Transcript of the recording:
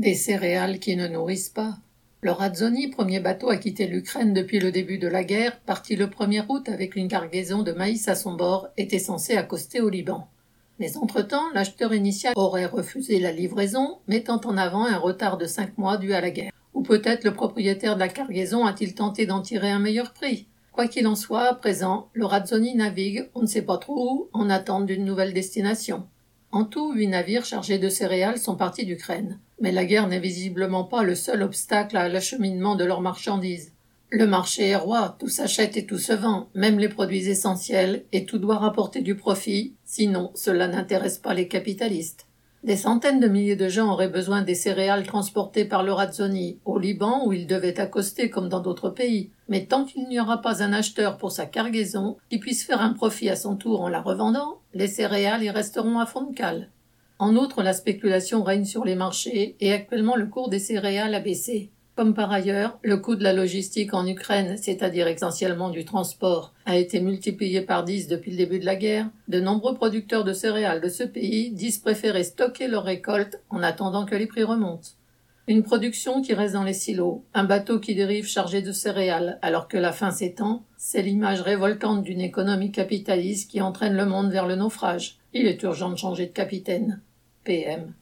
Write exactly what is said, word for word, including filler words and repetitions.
Des céréales qui ne nourrissent pas. Le Razzoni, premier bateau à quitter l'Ukraine depuis le début de la guerre, parti le premier août avec une cargaison de maïs à son bord, était censé accoster au Liban. Mais entre-temps, l'acheteur initial aurait refusé la livraison, mettant en avant un retard de cinq mois dû à la guerre. Ou peut-être le propriétaire de la cargaison a-t-il tenté d'en tirer un meilleur prix. Quoi qu'il en soit, à présent, le Razzoni navigue, on ne sait pas trop où, en attente d'une nouvelle destination. En tout, huit navires chargés de céréales sont partis d'Ukraine. Mais la guerre n'est visiblement pas le seul obstacle à l'acheminement de leurs marchandises. Le marché est roi, tout s'achète et tout se vend, même les produits essentiels, et tout doit rapporter du profit, sinon cela n'intéresse pas les capitalistes. Des centaines de milliers de gens auraient besoin des céréales transportées par le Razzoni, au Liban où ils devaient accoster comme dans d'autres pays. Mais tant qu'il n'y aura pas un acheteur pour sa cargaison, qui puisse faire un profit à son tour en la revendant, les céréales y resteront à fond de cale. En outre, la spéculation règne sur les marchés et actuellement le cours des céréales a baissé. Comme par ailleurs, le coût de la logistique en Ukraine, c'est-à-dire essentiellement du transport, a été multiplié par dix depuis le début de la guerre, de nombreux producteurs de céréales de ce pays disent préférer stocker leurs récoltes en attendant que les prix remontent. Une production qui reste dans les silos, un bateau qui dérive chargé de céréales alors que la faim s'étend, c'est l'image révoltante d'une économie capitaliste qui entraîne le monde vers le naufrage. Il est urgent de changer de capitaine. P M